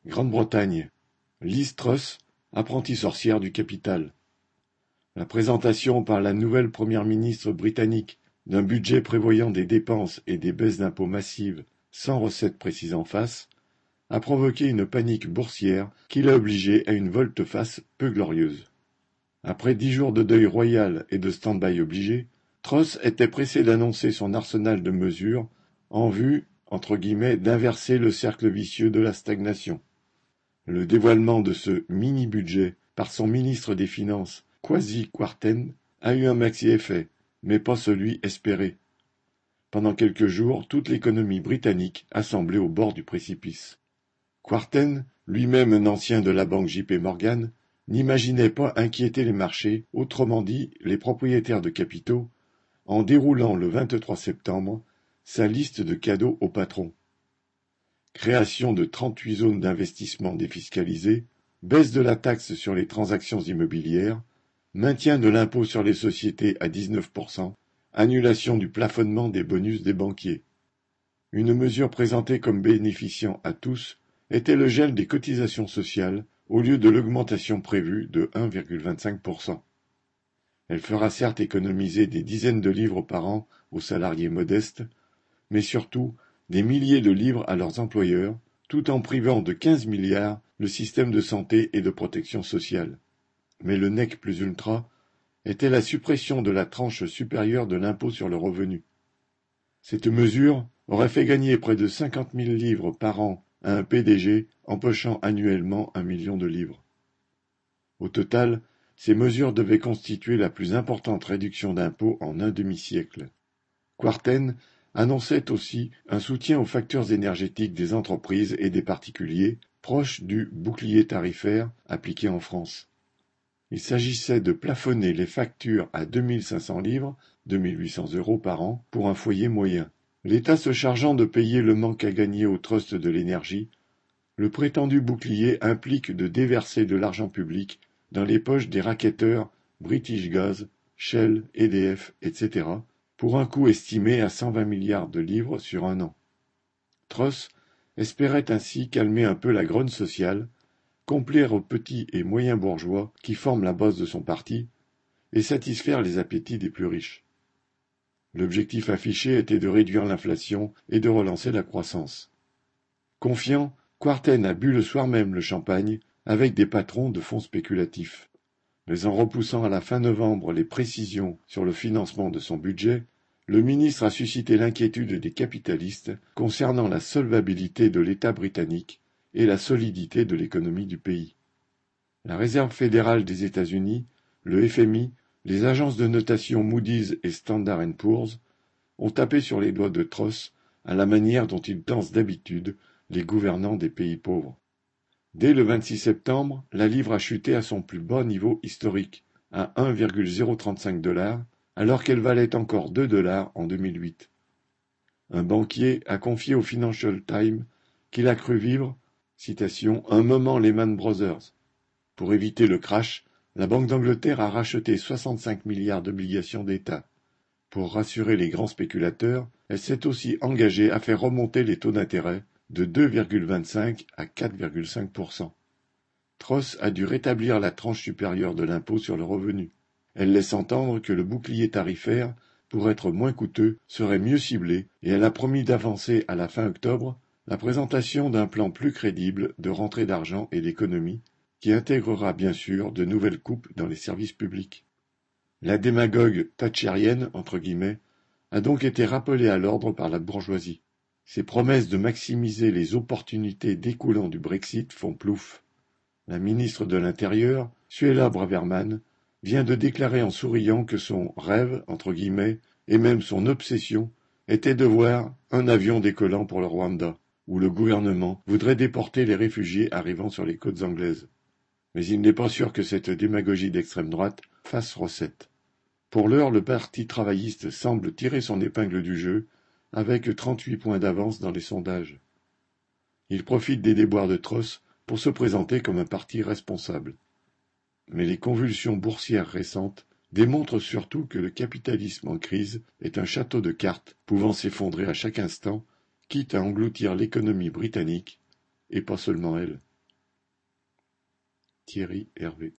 Grande-Bretagne. Liz Truss, apprentie sorcière du capital. La présentation par la nouvelle première ministre britannique d'un budget prévoyant des dépenses et des baisses d'impôts massives sans recettes précises en face a provoqué une panique boursière qui l'a obligé à une volte-face peu glorieuse. Après 10 jours de deuil royal et de stand-by obligé, Truss était pressé d'annoncer son arsenal de mesures en vue, entre guillemets, d'inverser le cercle vicieux de la stagnation. Le dévoilement de ce mini-budget par son ministre des Finances, Kwasi Kwarteng, a eu un maxi-effet, mais pas celui espéré. Pendant quelques jours, toute l'économie britannique a semblé au bord du précipice. Kwarteng, lui-même un ancien de la banque JP Morgan, n'imaginait pas inquiéter les marchés, autrement dit les propriétaires de capitaux, en déroulant le 23 septembre sa liste de cadeaux aux patrons. Création de 38 zones d'investissement défiscalisées, baisse de la taxe sur les transactions immobilières, maintien de l'impôt sur les sociétés à 19%, annulation du plafonnement des bonus des banquiers. Une mesure présentée comme bénéficiant à tous était le gel des cotisations sociales au lieu de l'augmentation prévue de 1,25%. Elle fera certes économiser des dizaines de livres par an aux salariés modestes, mais surtout des milliers de livres à leurs employeurs, tout en privant de 15 milliards le système de santé et de protection sociale. Mais le nec plus ultra était la suppression de la tranche supérieure de l'impôt sur le revenu. Cette mesure aurait fait gagner près de 50 000 livres par an à un PDG empochant annuellement 1 million de livres. Au total, ces mesures devaient constituer la plus importante réduction d'impôts en un demi-siècle. Kwarteng annonçait aussi un soutien aux factures énergétiques des entreprises et des particuliers, proche du bouclier tarifaire appliqué en France. Il s'agissait de plafonner les factures à 2 500 livres, 2 800 € par an, pour un foyer moyen. L'État se chargeant de payer le manque à gagner au trust de l'énergie, le prétendu bouclier implique de déverser de l'argent public dans les poches des racketteurs British Gas, Shell, EDF, etc., pour un coût estimé à 120 milliards de livres sur un an. Truss espérait ainsi calmer un peu la grogne sociale, complaire aux petits et moyens bourgeois qui forment la base de son parti, et satisfaire les appétits des plus riches. L'objectif affiché était de réduire l'inflation et de relancer la croissance. Confiant, Kwarteng a bu le soir même le champagne avec des patrons de fonds spéculatifs. Mais en repoussant à la fin novembre les précisions sur le financement de son budget, le ministre a suscité l'inquiétude des capitalistes concernant la solvabilité de l'État britannique et la solidité de l'économie du pays. La Réserve fédérale des États-Unis, le FMI, les agences de notation Moody's et Standard & Poor's ont tapé sur les doigts de Truss à la manière dont ils dansent d'habitude les gouvernants des pays pauvres. Dès le 26 septembre, la livre a chuté à son plus bas niveau historique, à 1,035 $, alors qu'elle valait encore 2 $ en 2008. Un banquier a confié au Financial Times qu'il a cru vivre, citation, un moment Lehman Brothers. Pour éviter le crash, la Banque d'Angleterre a racheté 65 milliards d'obligations d'État. Pour rassurer les grands spéculateurs, elle s'est aussi engagée à faire remonter les taux d'intérêt de 2,25 à 4,5%. Truss a dû rétablir la tranche supérieure de l'impôt sur le revenu. Elle laisse entendre que le bouclier tarifaire, pour être moins coûteux, serait mieux ciblé et elle a promis d'avancer à la fin octobre la présentation d'un plan plus crédible de rentrée d'argent et d'économie qui intégrera bien sûr de nouvelles coupes dans les services publics. La démagogue thatchérienne, entre guillemets, a donc été rappelée à l'ordre par la bourgeoisie. Ses promesses de maximiser les opportunités découlant du Brexit font plouf. La ministre de l'Intérieur, Suella Braverman, vient de déclarer en souriant que son rêve, entre guillemets, et même son obsession, était de voir un avion décollant pour le Rwanda, où le gouvernement voudrait déporter les réfugiés arrivant sur les côtes anglaises. Mais il n'est pas sûr que cette démagogie d'extrême droite fasse recette. Pour l'heure, le parti travailliste semble tirer son épingle du jeu, avec 38 points d'avance dans les sondages. Il profite des déboires de Truss pour se présenter comme un parti responsable. Mais les convulsions boursières récentes démontrent surtout que le capitalisme en crise est un château de cartes pouvant s'effondrer à chaque instant, quitte à engloutir l'économie britannique, et pas seulement elle. Thierry Hervé.